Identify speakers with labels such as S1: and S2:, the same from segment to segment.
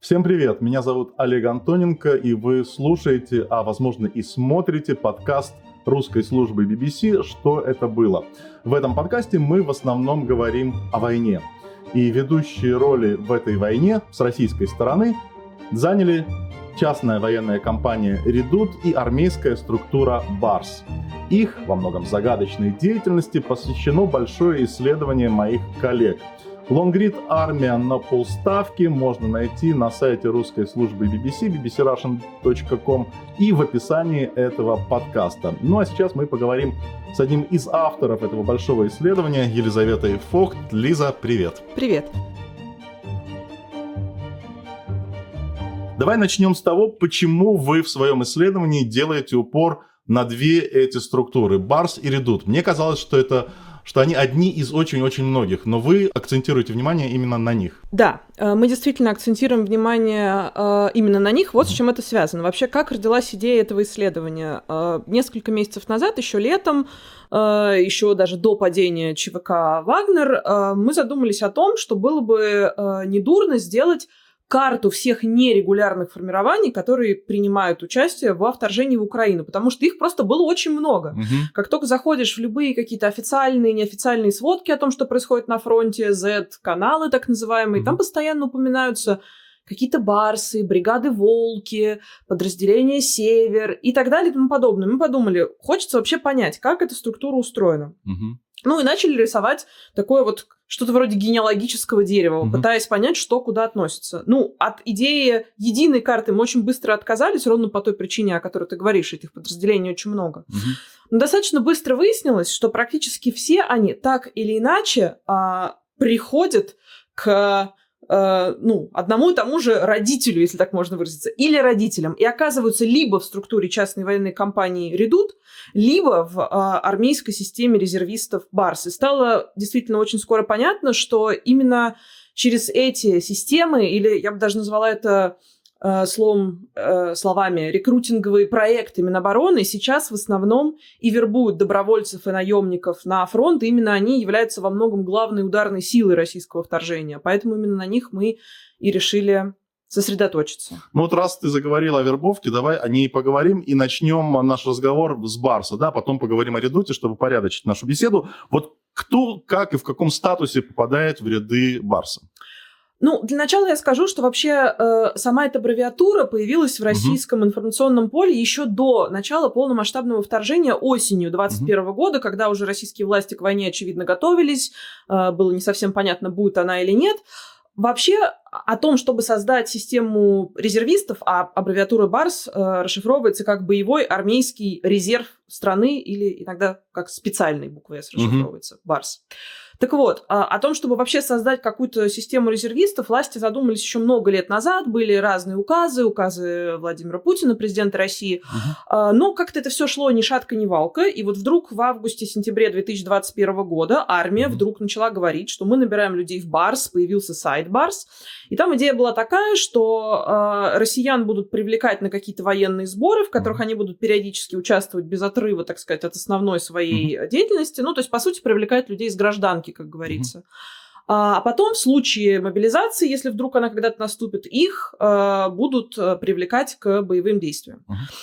S1: Всем привет, меня зовут Олег Антоненко, и вы слушаете, а возможно и смотрите подкаст русской службы BBC «Что это было?». В этом подкасте мы в основном говорим о войне. И ведущие роли в этой войне с российской стороны заняли частная военная компания «Редут» и армейская структура «Барс». Их, во многом загадочной деятельности, посвящено большое исследование моих коллег. Лонгрид «Армия на полставки» можно найти на сайте русской службы BBC, bbcrussian.com и в описании этого подкаста. Ну а сейчас мы поговорим с одним из авторов этого большого исследования, Елизаветой Фохт. Лиза, привет.
S2: Привет.
S1: Давай начнем с того, почему вы в своем исследовании делаете упор на две эти структуры – Барс и Редут. Мне казалось, что они одни из очень-очень многих, но вы акцентируете внимание именно на них.
S2: Да, мы действительно акцентируем внимание именно на них. Вот с чем это связано. Вообще, как родилась идея этого исследования? Несколько месяцев назад, еще летом, еще даже до падения ЧВК «Вагнер», мы задумались о том, что было бы недурно сделать карту всех нерегулярных формирований, которые принимают участие во вторжении в Украину, потому что их просто было очень много. Как только заходишь в любые какие-то официальные, неофициальные сводки о том, что происходит на фронте, Z-каналы так называемые, там постоянно упоминаются какие-то барсы, бригады «Волки», подразделения «Север» и так далее и тому подобное. Мы подумали, хочется вообще понять, как эта структура устроена. Ну и начали рисовать такое вот что-то вроде генеалогического дерева, пытаясь понять, что куда относится. Ну, от идеи единой карты мы очень быстро отказались, ровно по той причине, о которой ты говоришь, этих подразделений очень много. Но достаточно быстро выяснилось, что практически все они так или иначе приходят к одному и тому же родителю, если так можно выразиться, или родителям, и оказываются либо в структуре частной военной компании «Редут», либо в армейской системе резервистов «Барс». И стало действительно очень скоро понятно, что именно через эти системы, или я бы даже назвала это словами рекрутинговые проекты Минобороны, сейчас в основном и вербуют добровольцев и наемников на фронт. И именно они являются во многом главной ударной силой российского вторжения. Поэтому именно на них мы и решили сосредоточиться.
S1: Ну вот раз ты заговорил о вербовке, давай о ней поговорим и начнем наш разговор с Барса, да, потом поговорим о Редуте, чтобы порядочить нашу беседу. Вот кто, как и в каком статусе попадает в ряды Барса?
S2: Ну, для начала я скажу, что вообще сама эта аббревиатура появилась в российском информационном поле еще до начала полномасштабного вторжения осенью 2021 года, когда уже российские власти к войне, очевидно, готовились, было не совсем понятно, будет она или нет. Вообще о том, чтобы создать систему резервистов, а аббревиатура БАРС расшифровывается как боевой армейский резерв страны или иногда как специальной буквой S расшифровывается, БАРС. Так вот, о том, чтобы вообще создать какую-то систему резервистов, власти задумались еще много лет назад. Были разные указы Владимира Путина, президента России. Но как-то это все шло ни шатка, ни валка. И вот вдруг в августе-сентябре 2021 года армия вдруг начала говорить, что мы набираем людей в БАРС, появился сайт БАРС. И там идея была такая, что россиян будут привлекать на какие-то военные сборы, в которых они будут периодически участвовать без отрыва, так сказать, от основной своей деятельности. Ну, то есть, по сути, привлекать людей из гражданки, как говорится. А потом, в случае мобилизации, если вдруг она когда-то наступит, их будут привлекать к боевым действиям.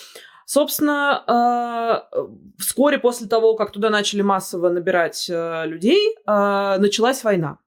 S2: Собственно, вскоре после того, как туда начали массово набирать людей, началась война.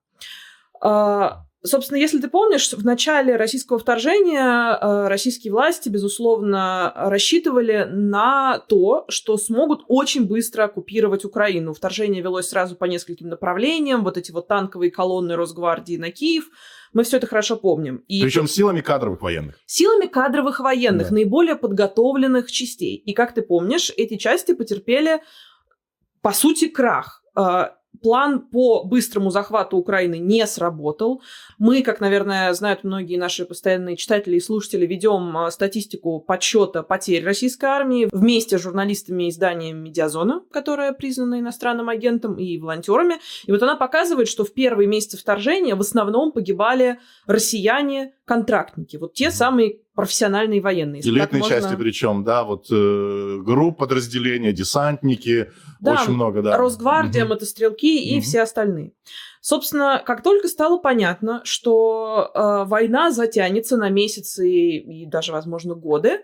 S2: Собственно, если ты помнишь, в начале российского вторжения российские власти, безусловно, рассчитывали на то, что смогут очень быстро оккупировать Украину. Вторжение велось сразу по нескольким направлениям. Вот эти вот танковые колонны Росгвардии на Киев. Мы все это хорошо помним.
S1: Причем силами кадровых военных.
S2: Силами кадровых военных, да. Наиболее подготовленных частей. И, как ты помнишь, эти части потерпели, по сути, крах. План по быстрому захвату Украины не сработал. Мы, как, наверное, знают многие наши постоянные читатели и слушатели, ведем статистику подсчета потерь российской армии вместе с журналистами издания «Медиазона», которое признано иностранным агентом, и волонтерами. И вот она показывает, что в первые месяцы вторжения в основном погибали россияне-контрактники. Вот те самые профессиональные военные.
S1: Элитные части причем, да, вот групп, подразделения, десантники,
S2: да,
S1: очень много, да.
S2: Росгвардия, мотострелки и все остальные. Собственно, как только стало понятно, что война затянется на месяцы и даже, возможно, годы,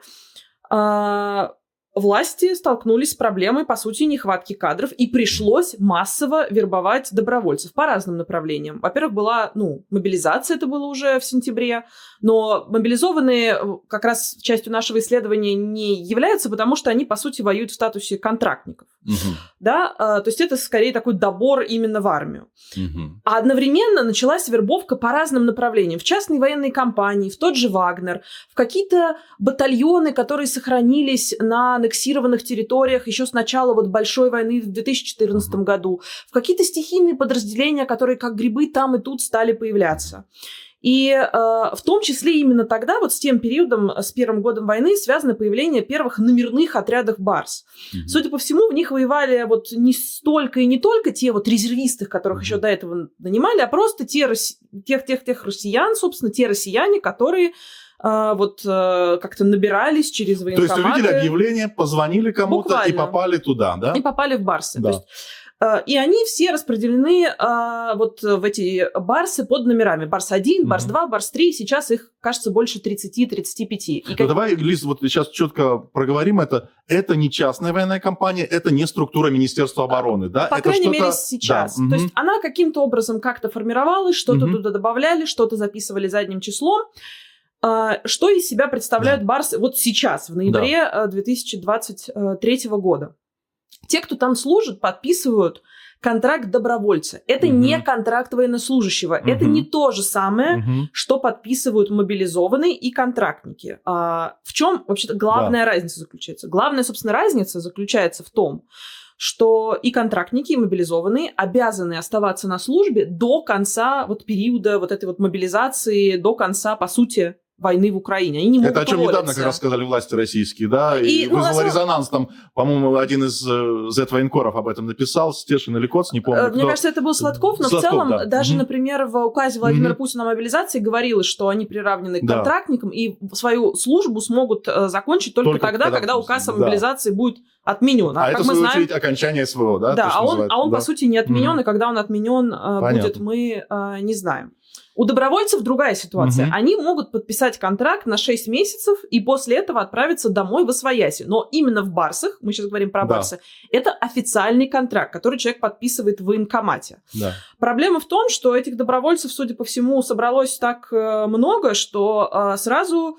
S2: власти столкнулись с проблемой, по сути, нехватки кадров, и пришлось массово вербовать добровольцев по разным направлениям. Во-первых, была, мобилизация, это было уже в сентябре, но мобилизованные как раз частью нашего исследования не являются, потому что они, по сути, воюют в статусе контрактников. Да? То есть это скорее такой добор именно в армию. А одновременно началась вербовка по разным направлениям. В частные военные компании, в тот же Вагнер, в какие-то батальоны, которые сохранились на аннексированных территориях еще с начала большой войны в 2014 году, в какие-то стихийные подразделения, которые как грибы там и тут стали появляться. И в том числе именно тогда, с тем периодом, с первым годом войны, связано появление первых номерных отрядов БАРС. Судя по всему, в них воевали не столько и не только те резервисты, которых еще до этого нанимали, а просто тех россиян, собственно, те россияне, которые как-то набирались через военкоматы.
S1: То есть увидели объявление, позвонили кому-то буквально. И попали туда, да?
S2: И попали в БАРСы.
S1: Да.
S2: То есть, и они все распределены в эти БАРСы под номерами. БАРС-1, БАРС-2, БАРС-3. Сейчас их, кажется, больше 30-35.
S1: Давай, Лиз, сейчас четко проговорим это. Это не частная военная компания, это не структура Министерства обороны, да?
S2: По
S1: это
S2: крайней мере, сейчас. Да. То есть она каким-то образом как-то формировалась, что-то туда добавляли, что-то записывали задним числом. Что из себя представляют БАРСы сейчас, в ноябре 2023 года? Те, кто там служит, подписывают контракт добровольца. Это не контракт военнослужащего. Это не то же самое, что подписывают мобилизованные и контрактники. В чем вообще-то главная разница заключается? Главная, собственно, разница заключается в том, что и контрактники, и мобилизованные обязаны оставаться на службе до конца периода этой мобилизации, до конца, по сути, войны в Украине. Они не могут
S1: это о чем
S2: уволиться.
S1: Недавно как раз сказали власти российские, да, и вызвало резонанс. Там, по-моему, один из Z-военкоров об этом написал, Стешин или Коц, не помню.
S2: Мне кажется, это был Сладков, но в целом даже, например, в указе Владимира Путина о мобилизации говорилось, что они приравнены к контрактникам и свою службу смогут закончить только тогда, когда указ о мобилизации будет отменен.
S1: А это, в свою очередь, окончание СВО, да?
S2: Да, он по сути, не отменен, и когда он отменен будет, мы не знаем. У добровольцев другая ситуация. Они могут подписать контракт на 6 месяцев и после этого отправиться домой в освояси. Но именно в БАРСах, мы сейчас говорим про БАРСы, это официальный контракт, который человек подписывает в военкомате. Да. Проблема в том, что этих добровольцев, судя по всему, собралось так много, что сразу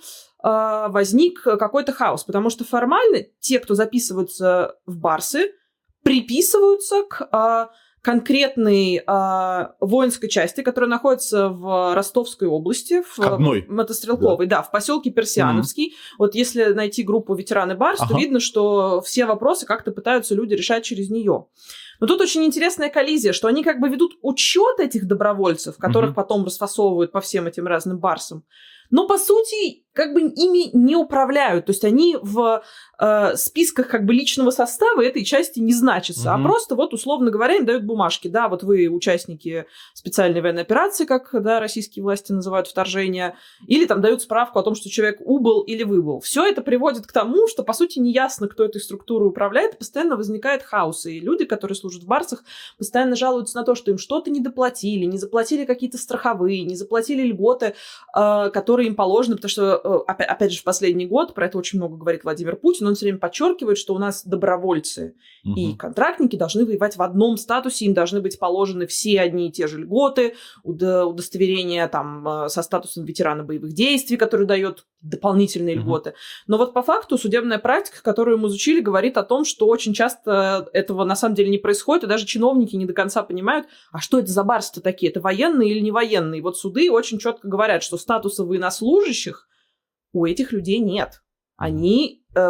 S2: возник какой-то хаос. Потому что формально те, кто записываются в БАРСы, приписываются к конкретной воинской части, которая находится в Ростовской области, в мотострелковой, в поселке Персиановский. Если найти группу ветераны БАРС, то видно, что все вопросы как-то пытаются люди решать через нее. Но тут очень интересная коллизия, что они ведут учет этих добровольцев, которых потом расфасовывают по всем этим разным БАРСам, но, по сути, ими не управляют. То есть они в списках личного состава этой части не значатся, а просто, условно говоря, им дают бумажки. Да, вы участники специальной военной операции, как российские власти называют вторжение, или там дают справку о том, что человек убыл или выбыл. Все это приводит к тому, что, по сути, неясно, кто этой структурой управляет, постоянно возникает хаос. И люди, которые служат в БАРСах, постоянно жалуются на то, что им что-то не доплатили, не заплатили какие-то страховые, не заплатили льготы, которые им положены, потому что, опять же, в последний год, про это очень много говорит Владимир Путин, он все время подчеркивает, что у нас добровольцы и контрактники должны воевать в одном статусе, им должны быть положены все одни и те же льготы, удостоверения со статусом ветерана боевых действий, который дает дополнительные льготы. Но по факту судебная практика, которую мы изучили, говорит о том, что очень часто этого на самом деле не происходит, и даже чиновники не до конца понимают, а что это за БАРСы-то такие, это военные или не военные. Суды очень четко говорят, что статуса военнослужащих у этих людей нет. Они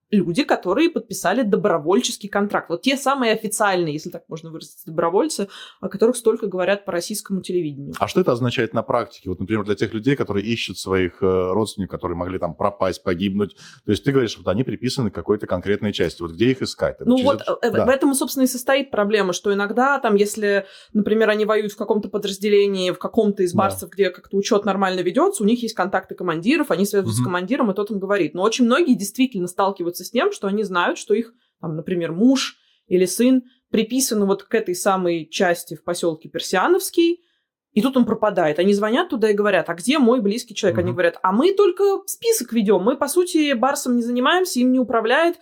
S2: люди, которые подписали добровольческий контракт. Вот те самые официальные, если так можно выразиться, добровольцы, о которых столько говорят по российскому телевидению.
S1: А что это означает на практике? Вот, например, для тех людей, которые ищут своих родственников, которые могли там пропасть, погибнуть. То есть ты говоришь, что вот они приписаны к какой-то конкретной части. Вот где их искать?
S2: Ну вот в этом, собственно, и состоит проблема, что иногда там, если, например, они воюют в каком-то подразделении, в каком-то из барсов, где как-то учет нормально ведется, у них есть контакты командиров, они связываются с командиром, и тот им говорит. Но очень многие действительно сталкиваются с тем, что они знают, что их, там, например, муж или сын приписаны вот к этой самой части в поселке Персиановский, и тут он пропадает. Они звонят туда и говорят, а где мой близкий человек? Они говорят, а мы только список ведем, мы, по сути, барсом не занимаемся, им не управляет,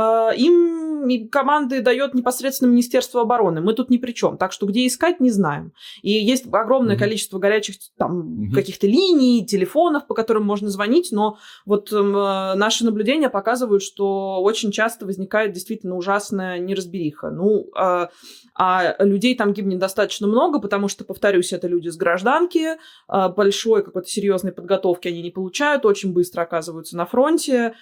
S2: им команды дает непосредственно Министерство обороны. Мы тут ни при чем. Так что где искать, не знаем. И есть огромное количество горячих там, каких-то линий, телефонов, по которым можно звонить, но вот наши наблюдения показывают, что очень часто возникает действительно ужасная неразбериха. Ну, а людей там гибнет достаточно много, потому что, повторюсь, это люди с гражданки, большой какой-то серьезной подготовки они не получают, очень быстро оказываются на фронте,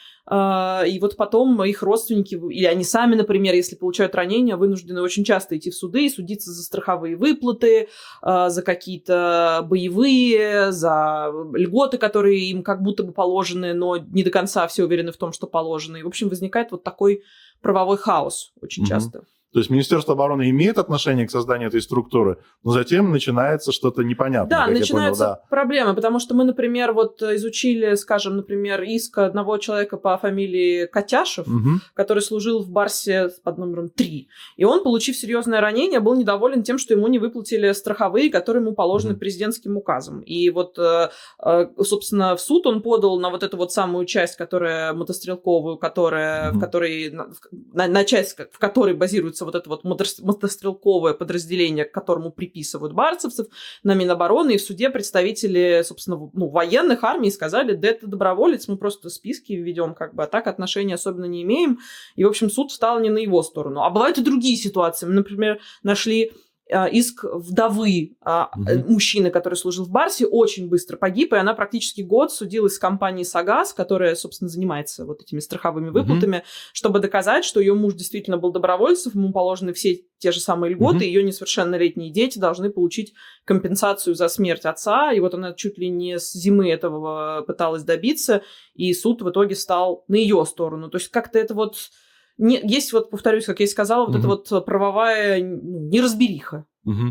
S2: и вот потом их родственники, или они сами, например, если получают ранения, вынуждены очень часто идти в суды и судиться за страховые выплаты, за какие-то боевые, за льготы, которые им как будто бы положены, но не до конца все уверены в том, что положены. И, в общем, возникает вот такой правовой хаос очень часто.
S1: То есть Министерство обороны имеет отношение к созданию этой структуры, но затем начинается что-то непонятное.
S2: Да, начинаются проблемы, потому что мы, например, вот изучили, скажем, например, иск одного человека по фамилии Котяшев, который служил в барсе под номером 3. И он, получив серьезное ранение, был недоволен тем, что ему не выплатили страховые, которые ему положены президентским указом. И вот, собственно, в суд он подал на вот эту вот самую часть, которая мотострелковую, которая, в которой, на часть, в которой базируется вот это вот мотострелковое подразделение, к которому приписывают барсовцев, на Минобороны, и в суде представители, собственно, военных армий сказали, да это доброволец, мы просто списки ведем, как бы, а так отношения особенно не имеем. И, в общем, суд встал не на его сторону. А бывают и другие ситуации. Мы, например, нашли иск вдовы мужчины, который служил в барсе, очень быстро погиб, и она практически год судилась с компанией «Сагаз», которая, собственно, занимается вот этими страховыми выплатами, чтобы доказать, что ее муж действительно был добровольцем, ему положены все те же самые льготы, ее несовершеннолетние дети должны получить компенсацию за смерть отца, и вот она чуть ли не с зимы этого пыталась добиться, и суд в итоге стал на ее сторону. То есть как-то это вот... Есть, вот, повторюсь, как я и сказала, вот эта вот правовая неразбериха.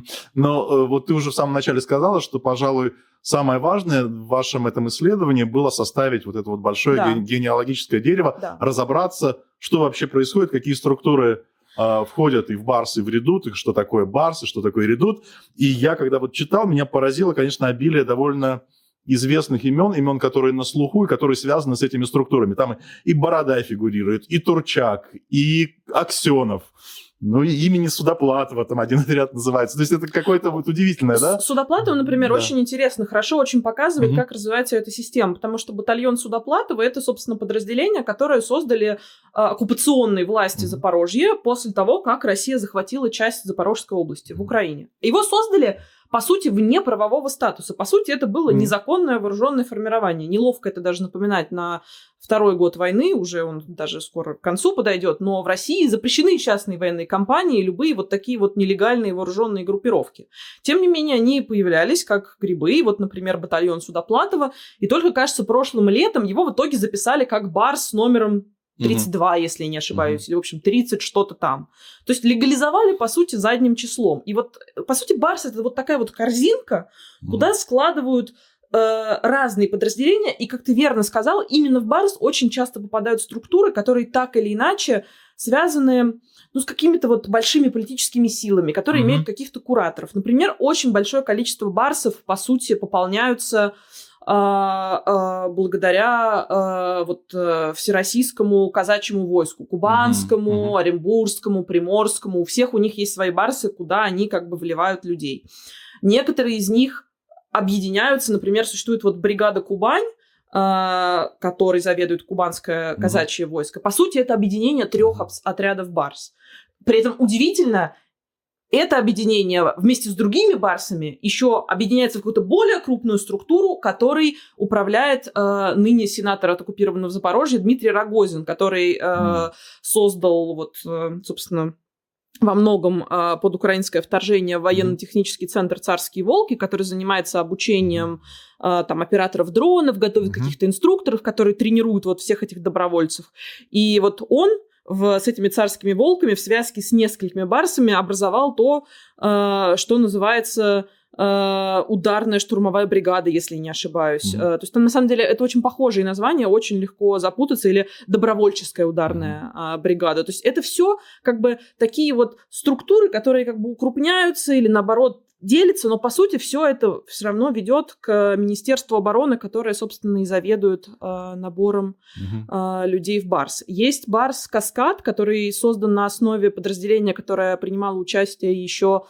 S1: Но вот ты уже в самом начале сказала, что, пожалуй, самое важное в вашем этом исследовании было составить вот это вот большое генеалогическое дерево, разобраться, что вообще происходит, какие структуры входят и в барс, и в редут, и что такое барс, и что такое редут. И я, когда вот читал, меня поразило, конечно, обилие довольно известных имен, которые на слуху и которые связаны с этими структурами. Там и Бородай фигурирует, и Турчак, и Аксенов, ну и имени Судоплатова, там один отряд называется. То есть это какое-то вот удивительное, да?
S2: Судоплатова, например, очень интересно, хорошо очень показывает, как развивается эта система, потому что батальон Судоплатова — это, собственно, подразделение, которое создали оккупационные власти Запорожья после того, как Россия захватила часть Запорожской области в Украине. Его создали, по сути, вне правового статуса. По сути, это было незаконное вооруженное формирование. Неловко это даже напоминать на второй год войны, уже он даже скоро к концу подойдет, но в России запрещены частные военные компании и любые вот такие вот нелегальные вооруженные группировки. Тем не менее, они появлялись как грибы, вот, например, батальон Судоплатова, и только, кажется, прошлым летом его в итоге записали как барс с номером 32, если я не ошибаюсь, или, в общем, 30 что-то там. То есть легализовали, по сути, задним числом. И вот, по сути, барс — это вот такая вот корзинка, куда складывают разные подразделения, и, как ты верно сказал, именно в барс очень часто попадают структуры, которые так или иначе связаны, с какими-то вот большими политическими силами, которые имеют каких-то кураторов. Например, очень большое количество барсов, по сути, пополняются благодаря всероссийскому казачьему войску, кубанскому, оренбургскому, приморскому. У всех у них есть свои барсы, куда они как бы вливают людей. Некоторые из них объединяются, например, существует вот бригада «Кубань», который заведует кубанское казачье войско. По сути, это объединение 3 отрядов барс. При этом удивительно, это объединение вместе с другими барсами еще объединяется в какую-то более крупную структуру, которой управляет ныне сенатор от оккупированного Запорожья Дмитрий Рогозин, который создал, вот, собственно, во многом под украинское вторжение военно-технический центр «Царские волки», который занимается обучением там, операторов дронов, готовит каких-то инструкторов, которые тренируют вот всех этих добровольцев. И вот он с этими царскими волками в связке с несколькими барсами образовал то, что называется ударная штурмовая бригада, если не ошибаюсь. То есть, там, на самом деле, это очень похожие названия, очень легко запутаться, или добровольческая ударная бригада. То есть, это все как бы такие вот структуры, которые как бы укрупняются или, наоборот, делятся, но, по сути, все это все равно ведет к Министерству обороны, которое, собственно, и заведует набором людей в Барс. Есть Барс «Каскад», который создан на основе подразделения, которое принимало участие еще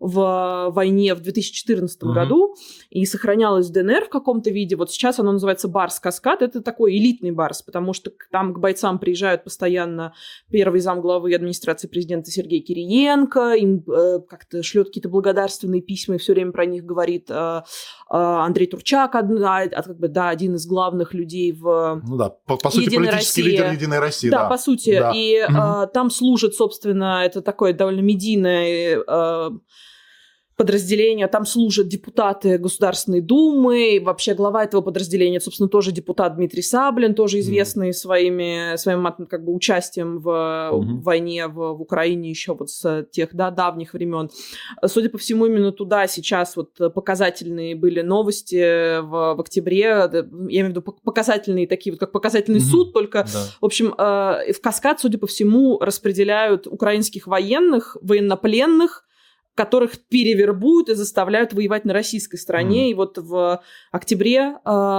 S2: в войне в 2014 году и сохранялось в ДНР в каком-то виде. Вот сейчас оно называется Барс Каскад. Это такой элитный Барс, потому что там к бойцам приезжают постоянно первый замглавы администрации президента Сергей Кириенко, им как-то шлет какие-то благодарственные письма и все время про них говорит Андрей Турчак, один из главных людей в
S1: по сути, политический лидер «Единой России».
S2: Да, по сути. Да. И там служит, собственно, это такое довольно медийное подразделения, там служат депутаты Государственной Думы, и вообще глава этого подразделения, собственно, тоже депутат Дмитрий Саблин, тоже известный своим как бы участием в войне в Украине еще вот с тех давних времен. Судя по всему, именно туда сейчас вот показательные были новости в октябре, я имею в виду показательные такие, вот как показательный суд, только, в общем, в Каскад, судя по всему, распределяют украинских военных, военнопленных, которых перевербуют и заставляют воевать на российской стороне. И вот в октябре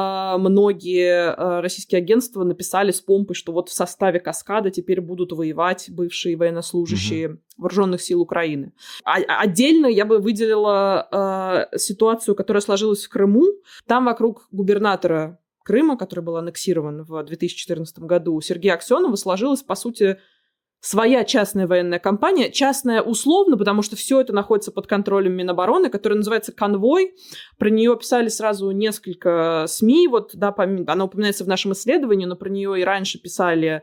S2: многие российские агентства написали с помпой, что вот в составе «Каскада» теперь будут воевать бывшие военнослужащие вооруженных сил Украины. Отдельно я бы выделила ситуацию, которая сложилась в Крыму. Там вокруг губернатора Крыма, который был аннексирован в 2014 году, Сергея Аксенова, сложилась, по сути, своя частная военная компания, частная условно, потому что все это находится под контролем Минобороны, которая называется «Конвой». Про нее писали сразу несколько СМИ, вот, да, она упоминается в нашем исследовании, но про нее и раньше писали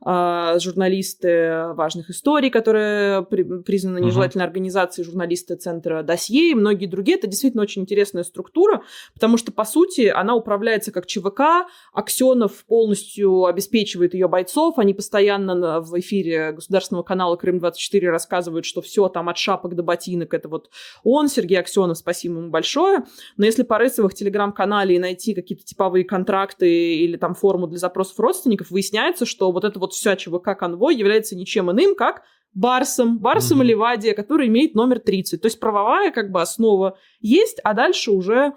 S2: журналисты важных историй, которые признаны нежелательной организацией, журналисты Центра Досье и многие другие. Это действительно очень интересная структура, потому что, по сути, она управляется как ЧВК. Аксенов полностью обеспечивает ее бойцов. Они постоянно в эфире государственного канала «Крым-24» рассказывают, что все там от шапок до ботинок. Это вот он, Сергей Аксенов, спасибо ему большое. Но если порыться в их телеграм-канале и найти какие-то типовые контракты или там форму для запросов родственников, выясняется, что вот это вот вся ЧВК «Конвой» является ничем иным, как Барсом Ливадия, который имеет номер 30. То есть правовая как бы основа есть, а дальше уже,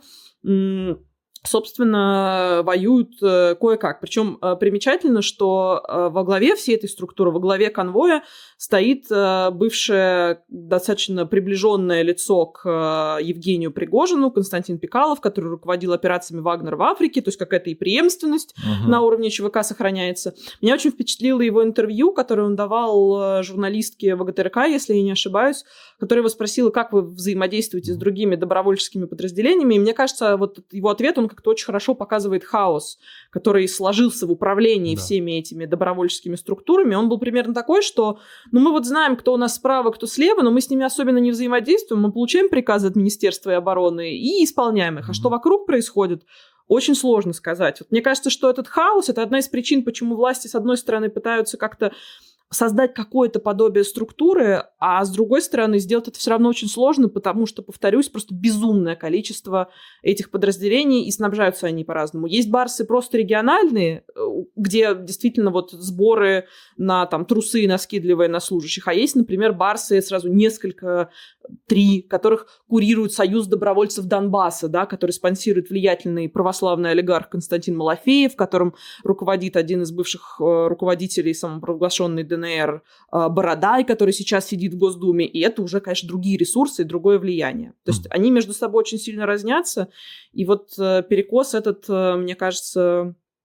S2: собственно, воюют кое-как. Причем примечательно, что во главе всей этой структуры, во главе конвоя стоит бывшее достаточно приближенное лицо к Евгению Пригожину, Константин Пикалов, который руководил операциями Вагнер в Африке, то есть какая-то и преемственность на уровне ЧВК сохраняется. Меня очень впечатлило его интервью, которое он давал журналистке ВГТРК, если я не ошибаюсь, которая его спросила, как вы взаимодействуете с другими добровольческими подразделениями, и мне кажется, вот его ответ, он как-то очень хорошо показывает хаос, который сложился в управлении всеми этими добровольческими структурами. Он был примерно такой, что мы вот знаем, кто у нас справа, кто слева, но мы с ними особенно не взаимодействуем, мы получаем приказы от Министерства обороны и исполняем их. А что вокруг происходит, очень сложно сказать. Вот мне кажется, что этот хаос – это одна из причин, почему власти, с одной стороны, пытаются как-то создать какое-то подобие структуры, а с другой стороны сделать это все равно очень сложно, потому что, повторюсь, просто безумное количество этих подразделений, и снабжаются они по-разному. Есть барсы просто региональные, где действительно вот сборы на там трусы и носки для военнослужащих, а есть, например, барсы сразу несколько, 3, которых курирует Союз добровольцев Донбасса, да, который спонсирует влиятельный православный олигарх Константин Малафеев, которым руководит один из бывших руководителей самопровозглашенной ДНР Бородай, который сейчас сидит в Госдуме, и это уже, конечно, другие ресурсы и другое влияние. То есть они между собой очень сильно разнятся, и вот перекос этот, мне кажется,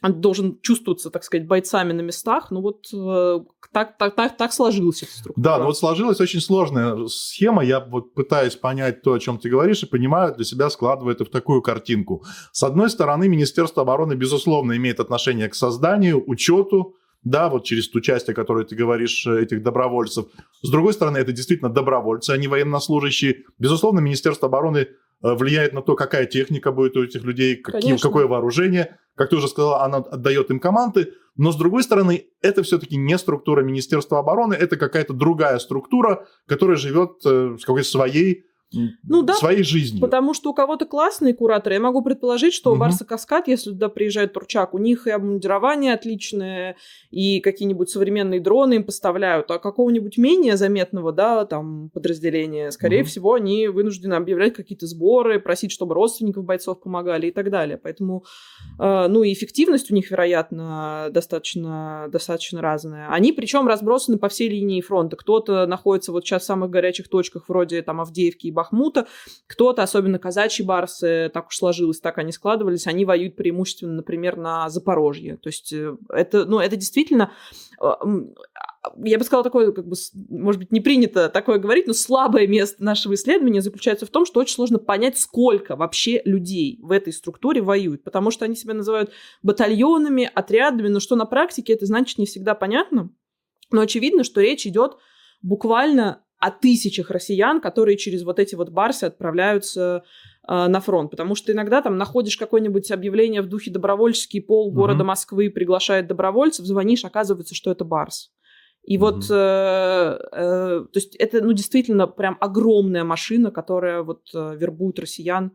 S2: он должен чувствоваться, так сказать, бойцами на местах. Ну вот так сложилась эта структура.
S1: Да, но вот сложилась очень сложная схема. Я вот пытаюсь понять то, о чем ты говоришь, и понимаю, для себя складываю это в такую картинку. С одной стороны, Министерство обороны, безусловно, имеет отношение к созданию, учету, да, вот через ту часть, о которой ты говоришь, этих добровольцев. С другой стороны, это действительно добровольцы, а не военнослужащие. Безусловно, Министерство обороны влияет на то, какая техника будет у этих людей, какое вооружение. Как ты уже сказала, она отдает им команды. Но, с другой стороны, это все-таки не структура Министерства обороны, это какая-то другая структура, которая живет какой-то своей жизнью.
S2: Потому что у кого-то классные кураторы. Я могу предположить, что у Барса Каскад, если туда приезжает Турчак, у них и обмундирование отличное, и какие-нибудь современные дроны им поставляют. А какого-нибудь менее заметного, да, там, подразделения, скорее всего, они вынуждены объявлять какие-то сборы, просить, чтобы родственников бойцов помогали и так далее. Поэтому, и эффективность у них, вероятно, достаточно разная. Они, причем, разбросаны по всей линии фронта. Кто-то находится вот сейчас в самых горячих точках, вроде там Авдеевки и Бахмута, кто-то, особенно казачьи барсы, так уж сложилось, так они складывались, они воюют преимущественно, например, на Запорожье. То есть это действительно, я бы сказала, такое, может быть, не принято такое говорить, но слабое место нашего исследования заключается в том, что очень сложно понять, сколько вообще людей в этой структуре воюют, потому что они себя называют батальонами, отрядами, но что на практике, это значит не всегда понятно, но очевидно, что речь идет буквально о тысячах россиян, которые через вот эти вот барсы отправляются на фронт. Потому что иногда там находишь какое-нибудь объявление в духе «Добровольческий пол города Москвы приглашает добровольцев», звонишь, оказывается, что это барс. И вот, то есть это, действительно прям огромная машина, которая вот вербует россиян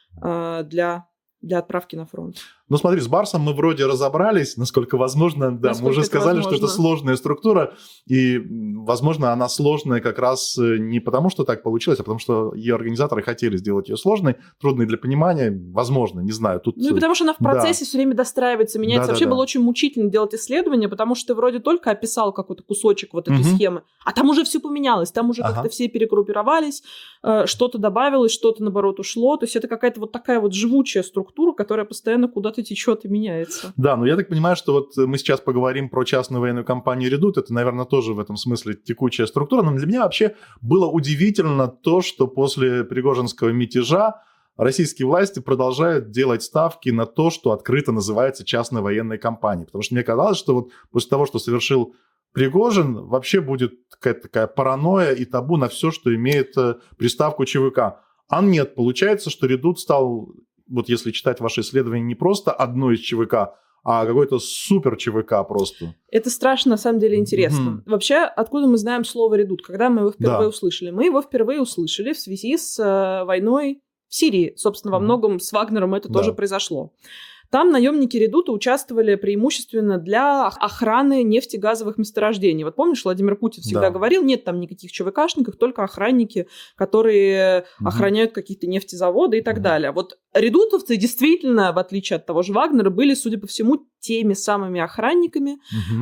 S2: для отправки на фронт.
S1: Ну, смотри, с Барсом мы вроде разобрались, насколько возможно, да, мы уже сказали, что это сложная структура, и, возможно, она сложная как раз не потому, что так получилось, а потому что ее организаторы хотели сделать ее сложной, трудной для понимания, возможно, не знаю. Тут...
S2: и потому что она в процессе все время достраивается, меняется. Вообще было очень мучительно делать исследование, потому что ты вроде только описал какой-то кусочек вот этой схемы, а там уже все поменялось, там уже как-то все перегруппировались, что-то добавилось, что-то, наоборот, ушло. То есть это какая-то вот такая вот живучая структура, которая постоянно куда-то течет и меняется.
S1: Да, но я так понимаю, что вот мы сейчас поговорим про частную военную компанию «Редут». Это, наверное, тоже в этом смысле текучая структура. Но для меня вообще было удивительно то, что после Пригожинского мятежа российские власти продолжают делать ставки на то, что открыто называется частной военной компанией. Потому что мне казалось, что вот после того, что совершил Пригожин, вообще будет какая-то такая паранойя и табу на все, что имеет приставку ЧВК. А нет, получается, что «Редут» стал... Вот если читать ваши исследования, не просто одно из ЧВК, а какой-то супер ЧВК просто.
S2: Это страшно, на самом деле, интересно. Вообще, откуда мы знаем слово «редут»? Когда мы его впервые услышали? Мы его впервые услышали в связи с войной в Сирии. Собственно, во многом с Вагнером это тоже произошло. Там наемники «Редута» участвовали преимущественно для охраны нефтегазовых месторождений. Вот помнишь, Владимир Путин всегда говорил, нет там никаких ЧВКшников, только охранники, которые охраняют какие-то нефтезаводы и так далее. Вот редутовцы действительно, в отличие от того же Вагнера, были, судя по всему, теми самыми охранниками,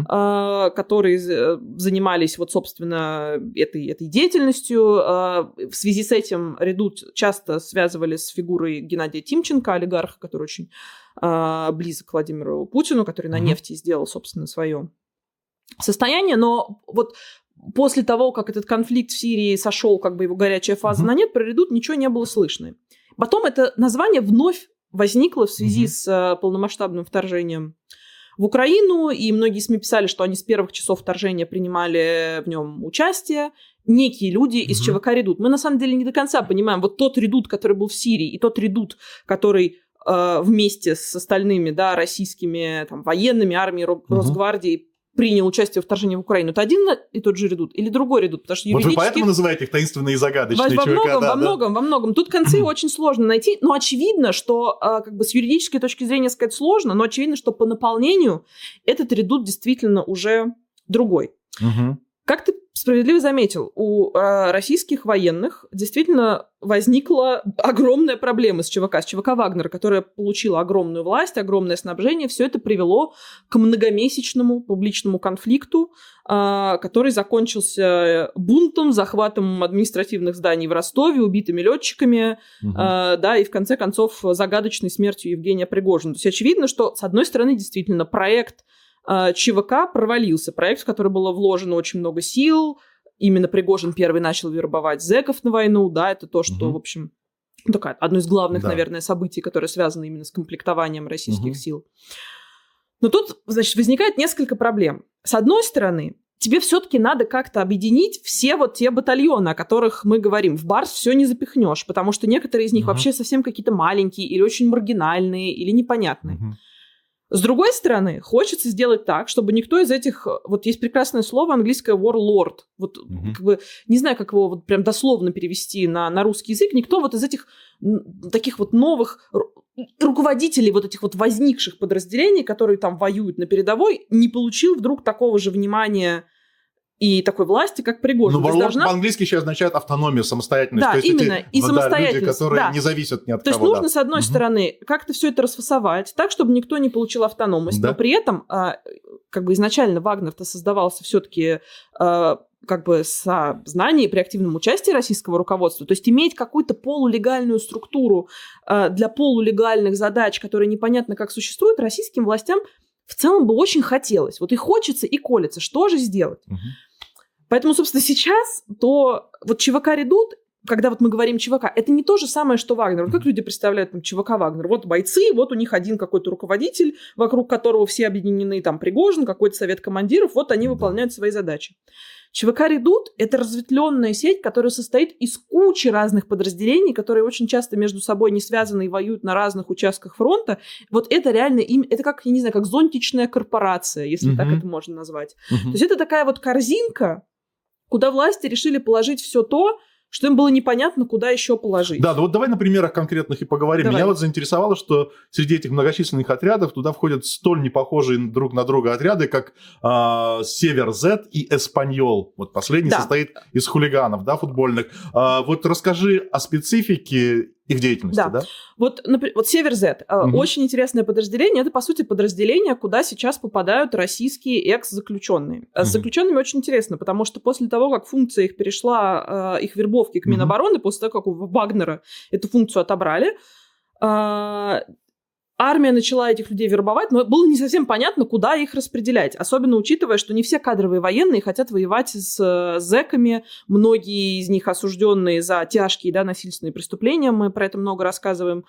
S2: которые занимались, вот, собственно, этой деятельностью. В связи с этим «Редут» часто связывали с фигурой Геннадия Тимченко, олигарха, который очень близок к Владимиру Путину, который на нефти сделал, собственно, свое состояние. Но вот после того, как этот конфликт в Сирии сошел, как бы его горячая фаза на нет, про «Редут» ничего не было слышно. Потом это название вновь возникло в связи с полномасштабным вторжением в Украину, и многие СМИ писали, что они с первых часов вторжения принимали в нем участие. Некие люди из ЧВК «Редут». Мы, на самом деле, не до конца понимаем, вот тот «Редут», который был в Сирии, и тот «Редут», который вместе с остальными, да, российскими там, военными, армией, Росгвардией принял участие в вторжении в Украину, это один и тот же «Редут» или другой «Редут»? Потому что юридически...
S1: Вот вы поэтому называете их таинственные и загадочные ЧВК?
S2: Во многом. Тут концы очень сложно найти, но очевидно, что как бы с юридической точки зрения сказать сложно, но очевидно, что по наполнению этот «Редут» действительно уже другой. Как ты справедливо заметил, у российских военных действительно возникла огромная проблема с ЧВК Вагнера, которая получила огромную власть, огромное снабжение. Все это привело к многомесячному публичному конфликту, который закончился бунтом, захватом административных зданий в Ростове, убитыми летчиками, да, и в конце концов загадочной смертью Евгения Пригожина. То есть очевидно, что, с одной стороны, действительно, проект ЧВК провалился. Проект, в который было вложено очень много сил. Именно Пригожин первый начал вербовать зэков на войну. Да, это то, что, в общем, такое одно из главных, наверное, событий, которое связано именно с комплектованием российских сил. Но тут, значит, возникает несколько проблем. С одной стороны, тебе все-таки надо как-то объединить все вот те батальоны, о которых мы говорим. В Барс все не запихнешь, потому что некоторые из них вообще совсем какие-то маленькие или очень маргинальные, или непонятные. С другой стороны, хочется сделать так, чтобы никто из этих... Вот есть прекрасное слово английское warlord. Вот как бы, не знаю, как его вот прям дословно перевести на русский язык. Никто вот из этих таких вот новых руководителей вот этих вот возникших подразделений, которые там воюют на передовой, не получил вдруг такого же внимания и такой власти, как Пригожин.
S1: Ну, warlord по-английски еще означает автономию, самостоятельность.
S2: Да,
S1: то есть
S2: именно,
S1: эти,
S2: и самостоятельность.
S1: Люди, которые не зависят ни от кого.
S2: То есть нужно, с одной стороны, как-то все это расфасовать, так, чтобы никто не получил автономность, но при этом, как бы изначально Вагнер-то создавался все-таки как бы со знанием при активном участии российского руководства. То есть иметь какую-то полулегальную структуру для полулегальных задач, которые непонятно как существуют, российским властям в целом бы очень хотелось. Вот и хочется, и колется. Что же сделать? Поэтому, собственно, сейчас то вот ЧВК Редут, когда вот мы говорим ЧВК, это не то же самое, что Вагнер. Вот как люди представляют там ЧВК Вагнер? Вот бойцы, вот у них один какой-то руководитель, вокруг которого все объединены, там Пригожин, какой-то совет командиров, вот они выполняют свои задачи. ЧВК Редут — это разветвленная сеть, которая состоит из кучи разных подразделений, которые очень часто между собой не связаны и воюют на разных участках фронта. Вот это реально это как, я не знаю, как зонтичная корпорация, если так это можно назвать. То есть это такая вот корзинка, куда власти решили положить все то, что им было непонятно, куда еще положить.
S1: Да, вот давай на примерах конкретных и поговорим.
S2: Давай.
S1: Меня вот заинтересовало, что среди этих многочисленных отрядов туда входят столь непохожие друг на друга отряды, как Север Z и Эспаньол. Вот последний состоит из хулиганов, да, футбольных. Вот расскажи о специфике их деятельности, да?
S2: Вот Север Z. Очень интересное подразделение. Это, по сути, подразделение, куда сейчас попадают российские экс-заключенные. С заключенными очень интересно, потому что после того, как функция их перешла, их вербовки к Минобороны, после того, как у Вагнера эту функцию отобрали, армия начала этих людей вербовать, но было не совсем понятно, куда их распределять. Особенно учитывая, что не все кадровые военные хотят воевать с зэками. Многие из них осужденные за тяжкие, да, насильственные преступления. Мы про это много рассказываем.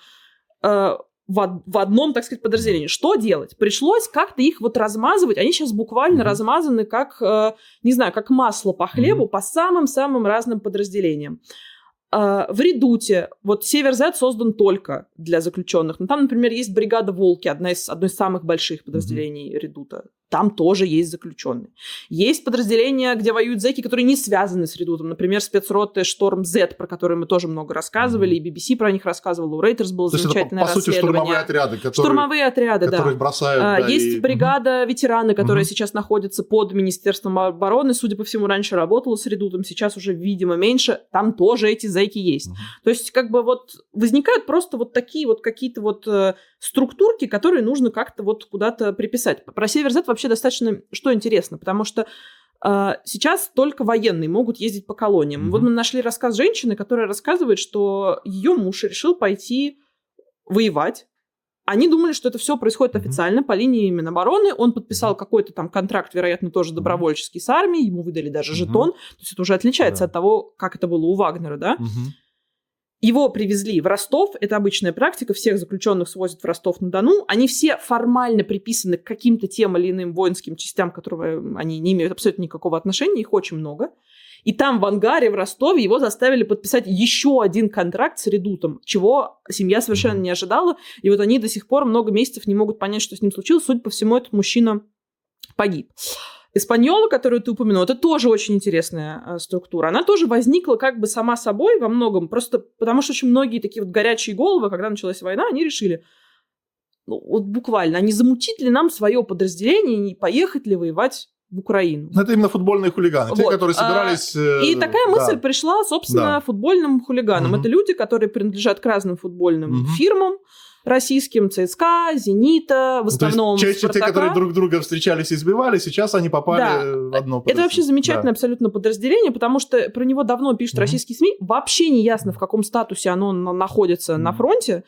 S2: В одном, так сказать, подразделении. Что делать? Пришлось как-то их вот размазывать. Они сейчас буквально размазаны как, не знаю, как масло по хлебу по самым-самым разным подразделениям. В Редуте вот Север Z создан только для заключенных. Но там, например, есть бригада «Волки», одно из самых больших подразделений Редута. Там тоже есть заключенные. Есть подразделения, где воюют зэки, которые не связаны с Редутом. Например, спецроты «Шторм Z», про которые мы тоже много рассказывали, и BBC про них рассказывала, у Рейтерс было замечательное расследование. По сути,
S1: штурмовые отряды,
S2: которых
S1: бросают.
S2: Есть бригада «Ветераны», которая сейчас находится под Министерством обороны. Судя по всему, раньше работала с Редутом, сейчас уже, видимо, меньше. Там тоже эти зэки есть. То есть, как бы вот возникают просто вот такие вот какие-то вот структурки, которые нужно как-то вот куда-то приписать. Про Север Z вообще достаточно, что интересно, потому что сейчас только военные могут ездить по колониям. Вот мы нашли рассказ женщины, которая рассказывает, что ее муж решил пойти воевать. Они думали, что это все происходит официально по линии Минобороны. Он подписал какой-то там контракт, вероятно, тоже добровольческий с армией. Ему выдали даже жетон. То есть это уже отличается от того, как это было у Вагнера, да? Его привезли в Ростов. Это обычная практика. Всех заключенных свозят в Ростов-на-Дону. Они все формально приписаны к каким-то тем или иным воинским частям, которые они не имеют абсолютно никакого отношения. Их очень много. И там в ангаре в Ростове его заставили подписать еще один контракт с Редутом, чего семья совершенно не ожидала. И вот они до сих пор много месяцев не могут понять, что с ним случилось. Судя по всему, этот мужчина погиб. Эспаньола, которую ты упомянул, это тоже очень интересная структура. Она тоже возникла как бы сама собой во многом, просто потому что очень многие такие вот горячие головы, когда началась война, они решили, ну, вот буквально, а не замутить ли нам свое подразделение и не поехать ли воевать в Украину.
S1: Это именно футбольные хулиганы, те, которые собирались...
S2: И такая мысль пришла, собственно, футбольным хулиганам. Это люди, которые принадлежат к разным футбольным фирмам, российским, ЦСКА, «Зенита», в основном
S1: то есть чаще
S2: «Спартака».
S1: те, которые друг друга встречались и избивали, сейчас они попали в одно подразделение.
S2: Это вообще замечательное абсолютно подразделение, потому что про него давно пишут российские СМИ. Вообще не ясно, в каком статусе оно находится на фронте.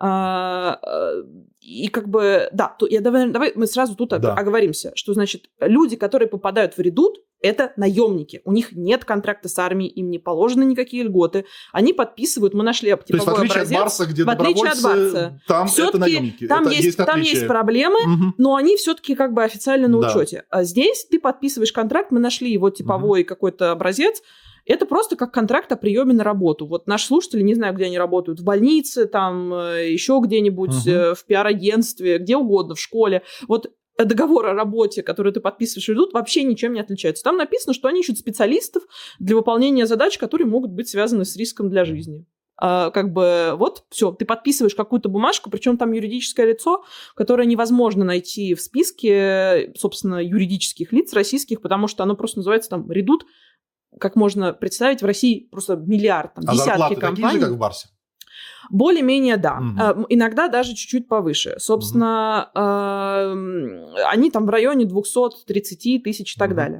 S2: И как бы, давай мы сразу тут оговоримся, что, значит, люди, которые попадают в редут, это наемники. У них нет контракта с армией, им не положены никакие льготы. Они подписывают, мы нашли типовой образец.
S1: То есть в отличие от Барса, где
S2: добровольцы,
S1: там это наемники.
S2: Там есть проблемы, но они все-таки как бы официально на учете. А здесь ты подписываешь контракт, мы нашли его типовой какой-то образец. Это просто как контракт о приеме на работу. Вот наши слушатели, не знаю, где они работают, в больнице, там, еще где-нибудь, в пиар-агентстве, где угодно, в школе. Вот договор о работе, который ты подписываешь, идут, вообще ничем не отличается. Там написано, что они ищут специалистов для выполнения задач, которые могут быть связаны с риском для жизни. Как бы вот все, ты подписываешь какую-то бумажку, причем там юридическое лицо, которое невозможно найти в списке, собственно, юридических лиц российских, потому что оно просто называется там «Редут». Как можно представить, в России просто миллиард, там, десятки компаний. А зарплаты такие
S1: же, как в Барсе?
S2: Более-менее, да. Иногда даже чуть-чуть повыше. Собственно, они там в районе 230 тысяч и так далее.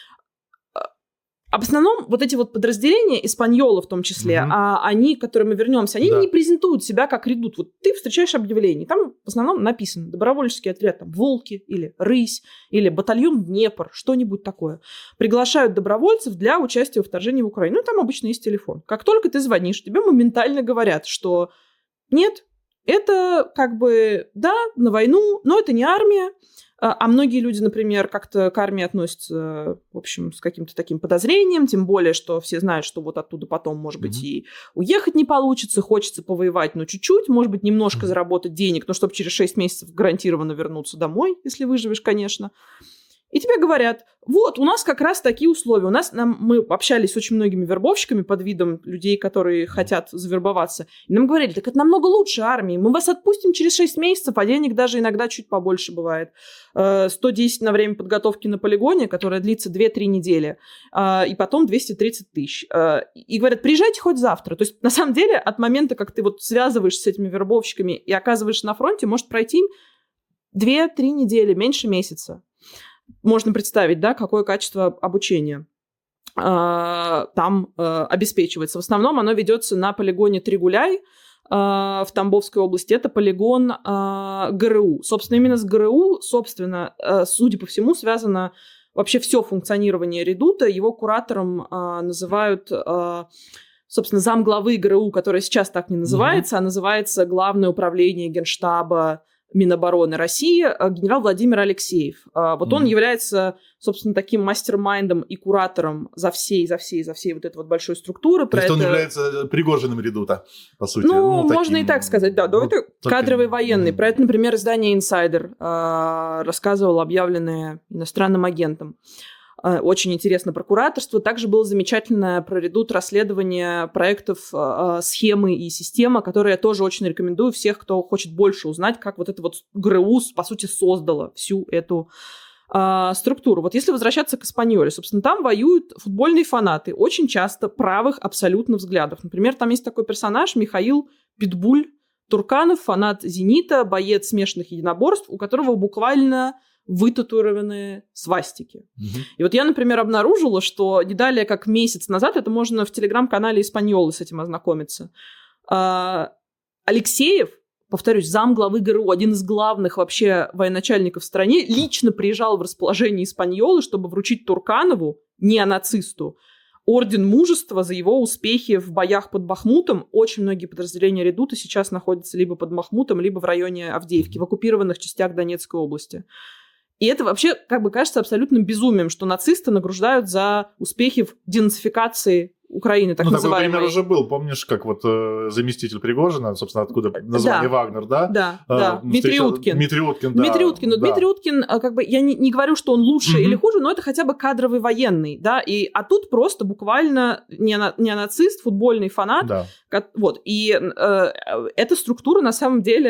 S2: В основном вот эти вот подразделения, испаньолы в том числе, они, к которым мы вернемся, они не презентуют себя как редут. Вот ты встречаешь объявление, там в основном написано добровольческий отряд, там, «Волки» или «Рысь» или «Батальон Днепр», что-нибудь такое. Приглашают добровольцев для участия в вторжении в Украину. Ну, там обычно есть телефон. Как только ты звонишь, тебе моментально говорят, что нет, это как бы, да, на войну, но это не армия. А многие люди, например, как-то к армии относятся, в общем, с каким-то таким подозрением, тем более, что все знают, что вот оттуда потом, может быть, и уехать не получится, хочется повоевать, но чуть-чуть, может быть, немножко заработать денег, но чтобы через 6 месяцев гарантированно вернуться домой, если выживешь, конечно. И тебе говорят, вот, у нас как раз такие условия. Мы общались с очень многими вербовщиками под видом людей, которые хотят завербоваться. И нам говорили, так это намного лучше армии. Мы вас отпустим через 6 месяцев, а денег даже иногда чуть побольше бывает. 110 на время подготовки на полигоне, которая длится 2-3 недели, и потом 230 тысяч. И говорят, приезжайте хоть завтра. То есть, на самом деле, от момента, как ты вот связываешься с этими вербовщиками и оказываешься на фронте, может пройти 2-3 недели, меньше месяца. Можно представить, да, какое качество обучения там обеспечивается. В основном оно ведется на полигоне Тригуляй в Тамбовской области. Это полигон ГРУ. Собственно, именно с ГРУ, судя по всему, связано вообще все функционирование редута. Его куратором называют, собственно, замглавы ГРУ, которое сейчас так не называется, а называется Главное управление Генштаба Минобороны России, генерал Владимир Алексеев. Вот он является, собственно, таким мастер-майндом и куратором за всей вот этой вот большой структуры.
S1: То есть он является Пригожиным редута, по сути.
S2: Можно и так сказать, да. Это кадровый военный. Про это, например, издание «Инсайдер» рассказывало, объявленное иностранным агентом. Очень интересно про кураторство. Также было замечательное про редут расследование проектов «Схемы и система», которые я тоже очень рекомендую всех, кто хочет больше узнать, как вот это вот ГРУ, по сути, создало всю эту структуру. Вот если возвращаться к «Испаньоле», собственно, там воюют футбольные фанаты, очень часто правых абсолютно взглядов. Например, там есть такой персонаж Михаил Питбуль Турканов, фанат «Зенита», боец смешанных единоборств, у которого буквально вытатуированы свастики. И вот я, например, обнаружила, что не далее, как месяц назад, это можно в телеграм-канале «Испаньолы» с этим ознакомиться. Алексеев, повторюсь, замглавы ГРУ, один из главных вообще военачальников в стране, лично приезжал в расположение «Испаньолы», чтобы вручить Турканову, неонацисту, орден мужества за его успехи в боях под Бахмутом. Очень многие подразделения редута сейчас находятся либо под Бахмутом, либо в районе Авдеевки, в оккупированных частях Донецкой области. И это вообще, как бы, кажется абсолютным безумием, что нацисты награждают за успехи в денацификации Украины, так называемой.
S1: Такой пример уже был. Помнишь, как вот заместитель Пригожина, собственно, откуда название Вагнер, да?
S2: Да. Дмитрий Уткин.
S1: Дмитрий Уткин,
S2: Дмитрий Уткин, как бы, я не говорю, что он лучше или хуже, но это хотя бы кадровый военный, да, а тут просто буквально неонацист, футбольный фанат. Да. Вот. И эта структура, на самом деле,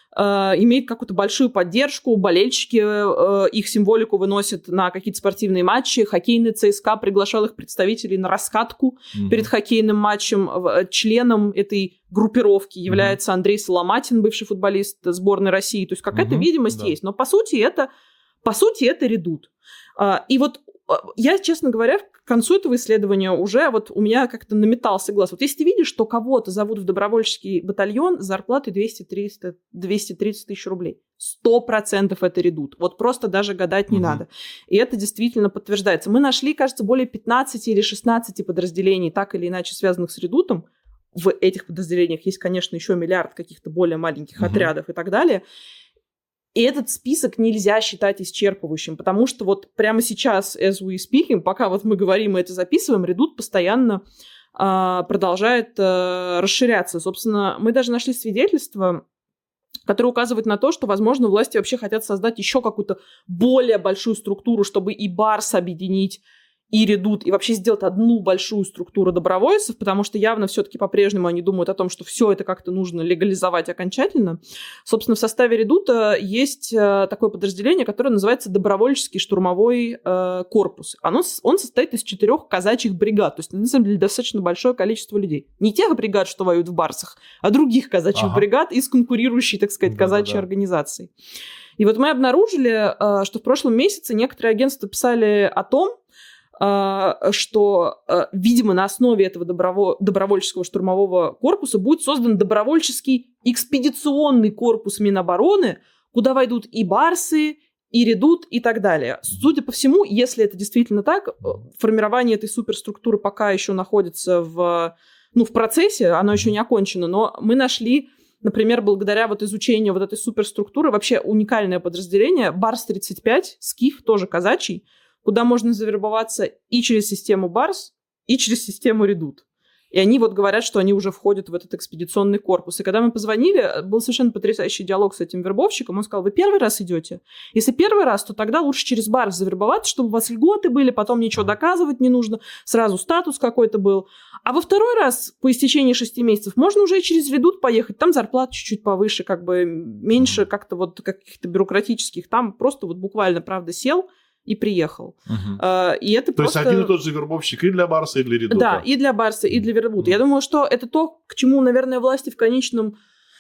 S2: имеет какую-то большую поддержку, болельщики их символику выносят на какие-то спортивные матчи, хоккейный ЦСКА приглашал их представителей на раскатку перед хоккейным матчем. Членом этой группировки является Андрей Соломатин, бывший футболист сборной России. То есть какая-то видимость есть, но по сути это редут. И вот я, честно говоря, к концу этого исследования уже вот у меня как-то наметался глаз. Вот если ты видишь, что кого-то зовут в добровольческий батальон с зарплатой 230 тысяч рублей, 100% это редут. Вот просто даже гадать не надо. И это действительно подтверждается. Мы нашли, кажется, более 15 или 16 подразделений, так или иначе связанных с редутом. В этих подразделениях есть, конечно, еще миллиард каких-то более маленьких отрядов и так далее. И этот список нельзя считать исчерпывающим, потому что вот прямо сейчас, as we speaking, пока вот мы говорим и это записываем, редут постоянно продолжает расширяться. Собственно, мы даже нашли свидетельства, которые указывают на то, что, возможно, власти вообще хотят создать еще какую-то более большую структуру, чтобы и Барс объединить, и редут, и вообще сделать одну большую структуру добровольцев, потому что явно все-таки по-прежнему они думают о том, что все это как-то нужно легализовать окончательно. Собственно, в составе редута есть такое подразделение, которое называется добровольческий штурмовой корпус. Он состоит из 4 казачьих бригад, то есть, на самом деле, достаточно большое количество людей. Не тех бригад, что воюют в Барсах, а других казачьих бригад из конкурирующей, так сказать, казачьей организации. И вот мы обнаружили, что в прошлом месяце некоторые агентства писали о том, что, видимо, на основе этого добровольческого штурмового корпуса будет создан добровольческий экспедиционный корпус Минобороны, куда войдут и барсы, и редут, и так далее. Судя по всему, если это действительно так, формирование этой суперструктуры пока еще находится в процессе, оно еще не окончено, но мы нашли, например, благодаря вот изучению вот этой суперструктуры, вообще уникальное подразделение, Барс-35, Скиф, тоже казачий, куда можно завербоваться и через систему Барс, и через систему редут. И они вот говорят, что они уже входят в этот экспедиционный корпус. И когда мы позвонили, был совершенно потрясающий диалог с этим вербовщиком. Он сказал: вы первый раз идете? Если первый раз, то тогда лучше через Барс завербоваться, чтобы у вас льготы были, потом ничего доказывать не нужно, сразу статус какой-то был. А во второй раз, по истечении 6 месяцев, можно уже и через редут поехать. Там зарплата чуть-чуть повыше, как бы меньше как-то вот каких-то бюрократических. Там просто вот буквально, правда, сел и приехал. И это
S1: то просто... есть один и тот же вербовщик и для Барса, и для редута.
S2: Да, и для Барса, и для редута. Я думаю, что это то, к чему, наверное, власти в конечном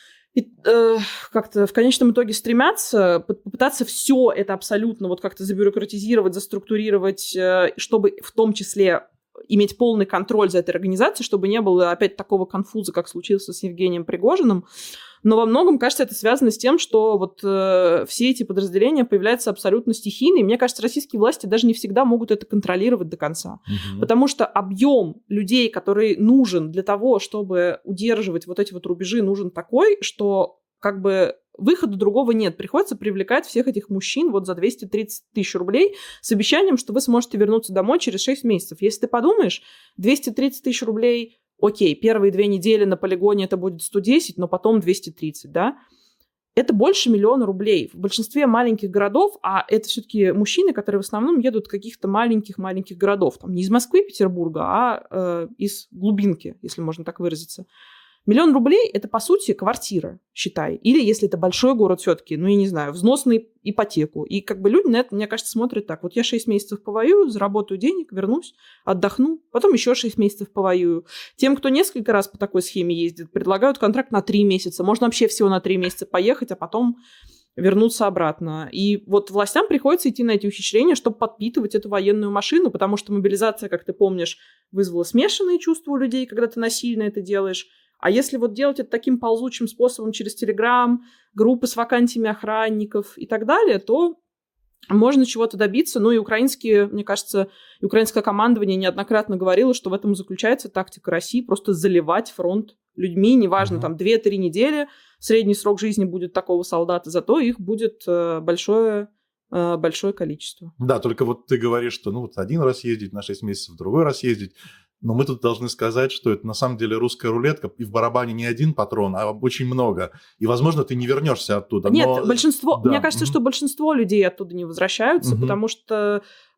S2: итоге стремятся, попытаться все это абсолютно вот как-то забюрократизировать, заструктурировать, чтобы в том числе иметь полный контроль за этой организацией, чтобы не было опять такого конфуза, как случилось с Евгением Пригожиным. Но во многом, кажется, это связано с тем, что вот все эти подразделения появляются абсолютно стихийно, и мне кажется, российские власти даже не всегда могут это контролировать до конца. Потому что объем людей, который нужен для того, чтобы удерживать вот эти вот рубежи, нужен такой, что как бы выхода другого нет. Приходится привлекать всех этих мужчин вот за 230 тысяч рублей с обещанием, что вы сможете вернуться домой через 6 месяцев. Если ты подумаешь, 230 тысяч рублей... Окей, первые 2 недели на полигоне это будет 110, но потом 230, да? Это больше 1 000 000 рублей. В большинстве маленьких городов, а это все-таки мужчины, которые в основном едут из каких-то маленьких городов, там не из Москвы, Петербурга, а из глубинки, если можно так выразиться. 1 000 000 рублей – это, по сути, квартира, считай. Или, если это большой город все-таки, я не знаю, взнос на ипотеку. И как бы люди на это, мне кажется, смотрят так. Вот я 6 месяцев повоюю, заработаю денег, вернусь, отдохну, потом еще 6 месяцев повоюю. Тем, кто несколько раз по такой схеме ездит, предлагают контракт на 3 месяца. Можно вообще всего на 3 месяца поехать, а потом вернуться обратно. И вот властям приходится идти на эти ухищрения, чтобы подпитывать эту военную машину, потому что мобилизация, как ты помнишь, вызвала смешанные чувства у людей, когда ты насильно это делаешь. А если вот делать это таким ползучим способом через Телеграм, группы с вакансиями охранников и так далее, то можно чего-то добиться. Ну и мне кажется, украинское командование неоднократно говорило, что в этом заключается тактика России, просто заливать фронт людьми, неважно, там 2-3 недели, средний срок жизни будет такого солдата, зато их будет большое количество.
S1: Да, только вот ты говоришь, что один раз ездить на 6 месяцев, другой раз ездить. Но мы тут должны сказать, что это на самом деле русская рулетка, и в барабане не один патрон, а очень много. И, возможно, ты не вернешься оттуда.
S2: Нет, большинство, да. Мне кажется, что большинство людей оттуда не возвращаются, потому что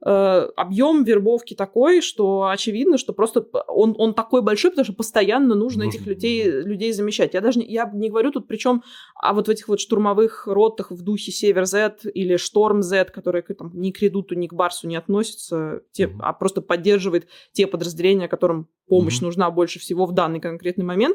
S2: объем вербовки такой, что очевидно, что просто он такой большой, потому что постоянно нужно этих людей замещать. Я не говорю тут причем о вот в этих вот штурмовых ротах в духе Север-Z или Шторм-Z, которые там, ни к Редуту, ни к Барсу не относятся, а просто поддерживает те подразделения, которым помощь нужна больше всего в данный конкретный момент.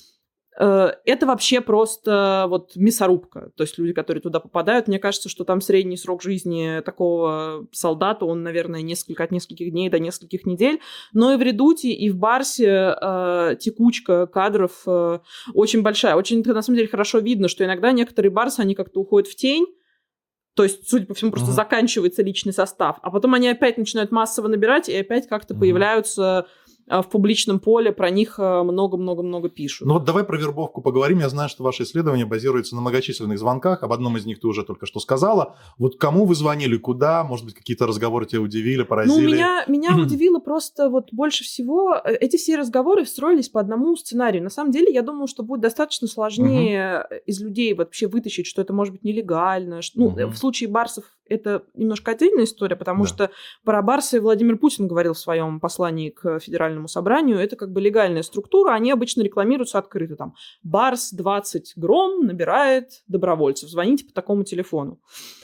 S2: Это вообще просто вот мясорубка. То есть люди, которые туда попадают, мне кажется, что там средний срок жизни такого солдата, он, наверное, от нескольких дней до нескольких недель. Но и в Редуте, и в Барсе текучка кадров очень большая. Очень, на самом деле, хорошо видно, что иногда некоторые Барсы, они как-то уходят в тень. То есть, судя по всему, просто заканчивается личный состав. А потом они опять начинают массово набирать, и опять как-то появляются в публичном поле, про них много-много-много пишут.
S1: Ну вот давай про вербовку поговорим. Я знаю, что ваше исследование базируется на многочисленных звонках. Об одном из них ты уже только что сказала. Вот кому вы звонили, куда? Может быть, какие-то разговоры тебя удивили, поразили?
S2: Ну, меня удивило просто вот больше всего. Эти все разговоры встроились по одному сценарию. На самом деле, я думаю, что будет достаточно сложнее из людей вообще вытащить, что это может быть нелегально. Ну, в случае Барсов это немножко отдельная история, потому что про Барса Владимир Путин говорил в своем послании к Федеральному собранию. Это как бы легальная структура, они обычно рекламируются открыто. Там Барс 20 Гром набирает добровольцев. Звоните по такому телефону.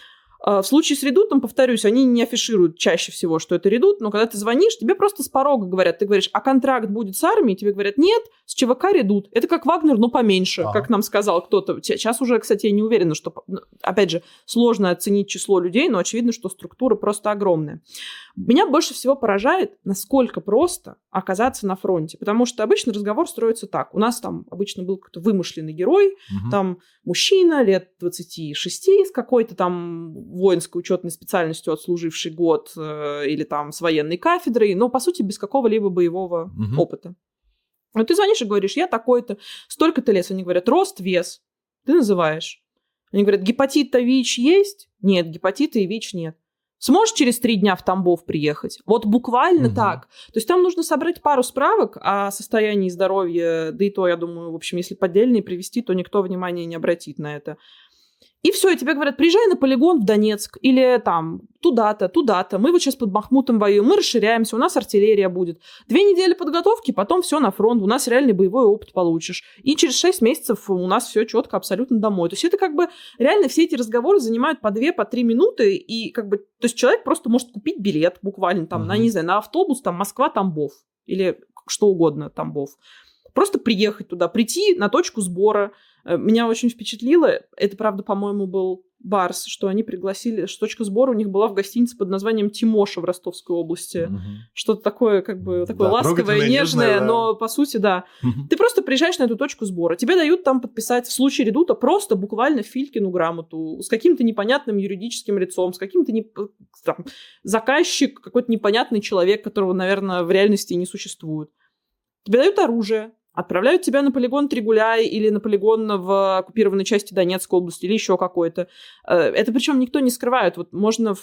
S2: В случае с Редутом, повторюсь, они не афишируют чаще всего, что это Редут, но когда ты звонишь, тебе просто с порога говорят, ты говоришь, а контракт будет с армией? Тебе говорят, нет, с ЧВК Редут. Это как Вагнер, но поменьше, как нам сказал кто-то. Сейчас уже, кстати, я не уверена, что, опять же, сложно оценить число людей, но очевидно, что структура просто огромная. Меня больше всего поражает, насколько просто оказаться на фронте, потому что обычно разговор строится так. У нас там обычно был какой-то вымышленный герой, там мужчина лет 26 с какой-то там воинской учетной специальностью, отслуживший год или там с военной кафедрой, но, по сути, без какого-либо боевого опыта. Вот ты звонишь и говоришь, я такой-то, столько-то лет. Они говорят, рост, вес. Ты называешь. Они говорят, гепатит-то ВИЧ есть? Нет, гепатита и ВИЧ нет. Сможешь через 3 дня в Тамбов приехать? Вот буквально так. То есть там нужно собрать пару справок о состоянии здоровья, да и то, я думаю, в общем, если поддельные привести, то никто внимания не обратит на это. И все, и тебе говорят, приезжай на полигон в Донецк или там туда-то, туда-то. Мы вот сейчас под Бахмутом воюем, мы расширяемся, у нас артиллерия будет. 2 недели подготовки, потом все на фронт, у нас реальный боевой опыт получишь. И через 6 месяцев у нас все четко абсолютно домой. То есть это как бы реально все эти разговоры занимают по 2-3 минуты, и как бы, то есть человек просто может купить билет буквально там, на, не знаю, на автобус, там Москва-Тамбов или что угодно Тамбов. Просто приехать туда, прийти на точку сбора. Меня очень впечатлило, это, правда, по-моему, был Барс, что они пригласили, что точка сбора у них была в гостинице под названием Тимоша в Ростовской области. Что-то такое, как бы, такое ласковое, нежное, но, по сути, да. Ты просто приезжаешь на эту точку сбора, тебе дают там подписать, в случае Редута, просто буквально Филькину грамоту с каким-то непонятным юридическим лицом, с каким-то там, заказчик, какой-то непонятный человек, которого, наверное, в реальности не существует. Тебе дают оружие, отправляют тебя на полигон Тригуляй или на полигон в оккупированной части Донецкой области или еще какой-то. Это причем никто не скрывает. Вот можно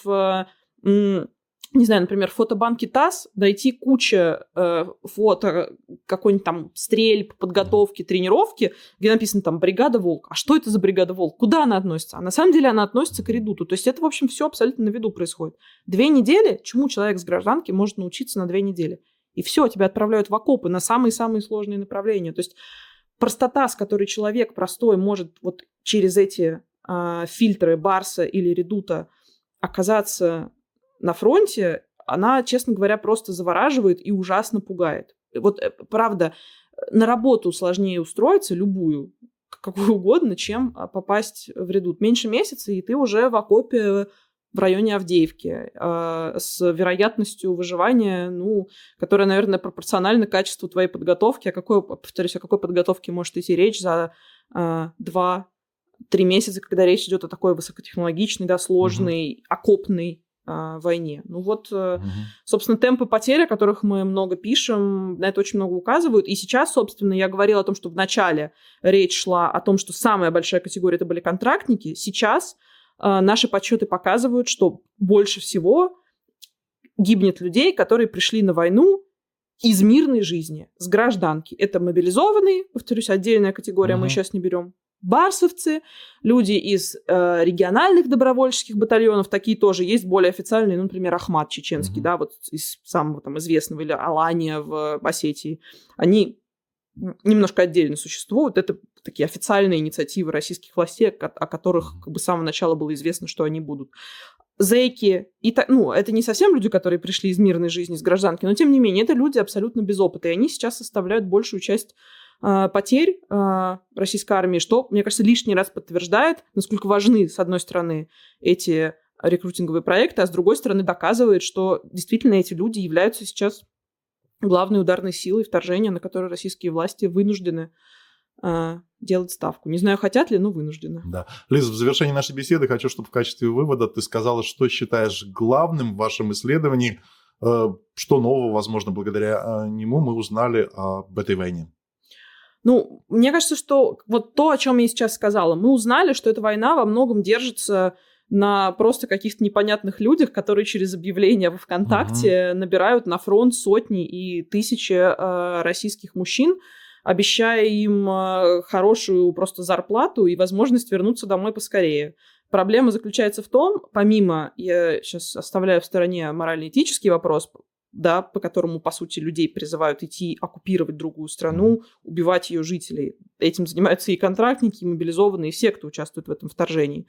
S2: не знаю, например, в фотобанке ТАСС найти кучу фото какой-нибудь там стрельб, подготовки, тренировки, где написано там «Бригада Волк». А что это за Бригада Волк? Куда она относится? А на самом деле она относится к Редуту. То есть это, в общем, все абсолютно на виду происходит. 2 недели, чему человек с гражданки может научиться на 2 недели? И все, тебя отправляют в окопы на самые-самые сложные направления. То есть простота, с которой человек простой может вот через эти фильтры Барса или Редута оказаться на фронте, она, честно говоря, просто завораживает и ужасно пугает. Вот, правда, на работу сложнее устроиться, любую, какую угодно, чем попасть в Редут. Меньше месяца, и ты уже в окопе в районе Авдеевки с вероятностью выживания, которая, наверное, пропорциональна качеству твоей подготовки. Повторюсь, о какой подготовке может идти речь за 2-3 месяца, когда речь идет о такой высокотехнологичной, сложной, окопной войне. Собственно, темпы потерь, о которых мы много пишем, на это очень много указывают. И сейчас, собственно, я говорила о том, что вначале речь шла о том, что самая большая категория это были контрактники. Сейчас наши подсчеты показывают, что больше всего гибнет людей, которые пришли на войну из мирной жизни, с гражданки. Это мобилизованные, повторюсь, отдельная категория, мы сейчас не берем барсовцы, люди из региональных добровольческих батальонов, такие тоже есть, более официальные, ну, например, Ахмат чеченский, да, вот из самого там известного, или Алания в Осетии. Они немножко отдельно существуют. Это такие официальные инициативы российских властей, о которых как бы с самого начала было известно, что они будут. Зэки, это не совсем люди, которые пришли из мирной жизни, из гражданки, но тем не менее, это люди абсолютно без опыта, и они сейчас составляют большую часть потерь российской армии, что, мне кажется, лишний раз подтверждает, насколько важны, с одной стороны, эти рекрутинговые проекты, а с другой стороны доказывает, что действительно эти люди являются сейчас главной ударной силой вторжения, на которое российские власти вынуждены делать ставку. Не знаю, хотят ли, но вынуждены.
S1: Да. Лиза, в завершении нашей беседы хочу, чтобы в качестве вывода ты сказала, что считаешь главным в вашем исследовании, что нового, возможно, благодаря нему мы узнали об этой войне.
S2: Ну, мне кажется, что вот то, о чем я сейчас сказала, мы узнали, что эта война во многом держится на просто каких-то непонятных людях, которые через объявления во ВКонтакте набирают на фронт сотни и тысячи российских мужчин, обещая им хорошую просто зарплату и возможность вернуться домой поскорее. Проблема заключается в том, помимо, я сейчас оставляю в стороне морально-этический вопрос, да, по которому, по сути, людей призывают идти оккупировать другую страну, убивать ее жителей. Этим занимаются и контрактники, и мобилизованные, и все, кто участвует в этом вторжении.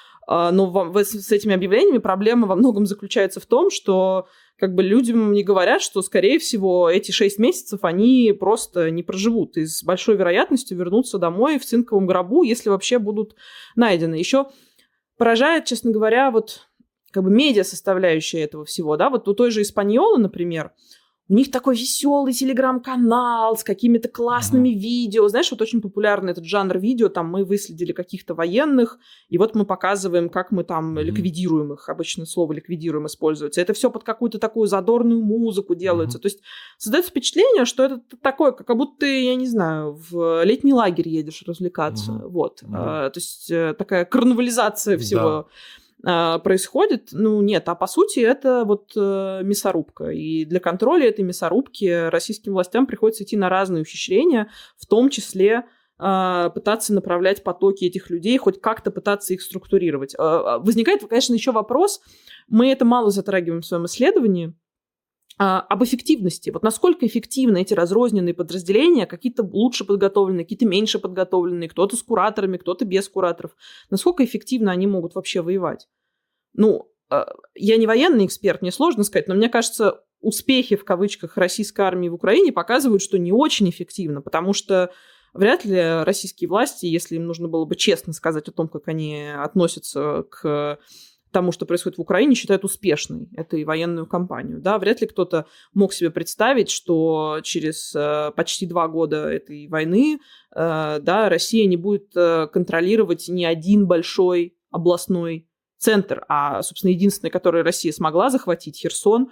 S2: Но с этими объявлениями проблема во многом заключается в том, что как бы людям не говорят, что, скорее всего, эти 6 месяцев они просто не проживут и с большой вероятностью вернутся домой в цинковом гробу, если вообще будут найдены. Еще поражает, честно говоря, вот как бы медиа-составляющая этого всего, да, вот у той же Испаньолы, например, у них такой веселый телеграм-канал с какими-то классными видео. Знаешь, вот очень популярный этот жанр видео, там мы выследили каких-то военных, и вот мы показываем, как мы там ликвидируем их. Обычно слово «ликвидируем» используется. Это все под какую-то такую задорную музыку делается. То есть создается впечатление, что это такое, как будто ты, я не знаю, в летний лагерь едешь развлекаться. Вот. То есть такая карнавализация всего. Происходит, ну нет, а по сути это вот мясорубка. И для контроля этой мясорубки российским властям приходится идти на разные ухищрения, в том числе пытаться направлять потоки этих людей, хоть как-то пытаться их структурировать. Возникает, конечно, еще вопрос, мы это мало затрагиваем в своем исследовании, об эффективности. Вот насколько эффективны эти разрозненные подразделения, какие-то лучше подготовленные, какие-то меньше подготовленные, кто-то с кураторами, кто-то без кураторов. Насколько эффективно они могут вообще воевать? Ну, я не военный эксперт, мне сложно сказать, но мне кажется, успехи, в кавычках, российской армии в Украине показывают, что не очень эффективно, потому что вряд ли российские власти, если им нужно было бы честно сказать о том, как они относятся к тому, что происходит в Украине, считают успешной эту военную кампанию. Да? Вряд ли кто-то мог себе представить, что через почти 2 года этой войны да, Россия не будет контролировать ни один большой областной центр, а, собственно, единственный, который Россия смогла захватить, Херсон,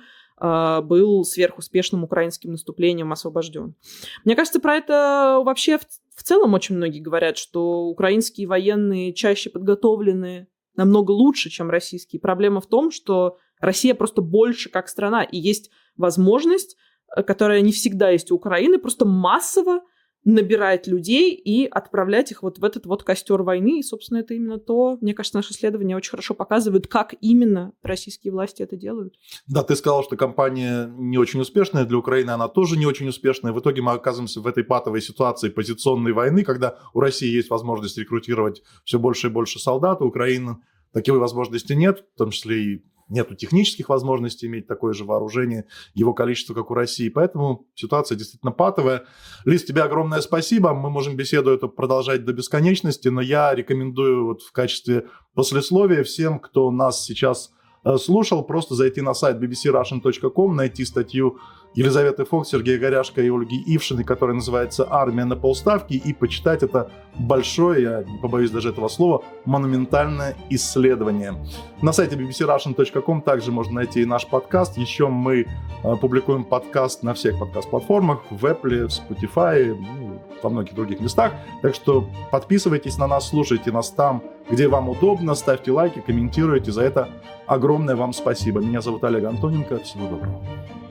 S2: был сверхуспешным украинским наступлением освобожден. Мне кажется, про это вообще в целом очень многие говорят, что украинские военные чаще подготовлены намного лучше, чем российские. Проблема в том, что Россия просто больше как страна, и есть возможность, которая не всегда есть у Украины, просто массово набирать людей и отправлять их вот в этот вот костер войны. И, собственно, это именно то, мне кажется, наши исследования очень хорошо показывают, как именно российские власти это делают. Да,
S1: ты сказал, что кампания не очень успешная, для Украины она тоже не очень успешная. В итоге мы оказываемся в этой патовой ситуации позиционной войны, когда у России есть возможность рекрутировать все больше и больше солдат, у Украины такой возможности нет, в том числе и нету технических возможностей иметь такое же вооружение, его количество, как у России. Поэтому ситуация действительно патовая. Лиз, тебе огромное спасибо. Мы можем беседу эту продолжать до бесконечности, но я рекомендую вот в качестве послесловия всем, кто нас сейчас слушал, просто зайти на сайт bbcrussian.com, найти статью Елизаветы Фокс, Сергея Горяшко и Ольги Ившиной, которая называется «Армия на полставки», и почитать это большое, я не побоюсь даже этого слова, монументальное исследование. На сайте bbcrussian.com также можно найти и наш подкаст. Еще мы публикуем подкаст на всех подкаст-платформах, в Apple, в Spotify, во многих других местах. Так что подписывайтесь на нас, слушайте нас там, где вам удобно, ставьте лайки, комментируйте. За это огромное вам спасибо. Меня зовут Олег Антоненко. Всего доброго.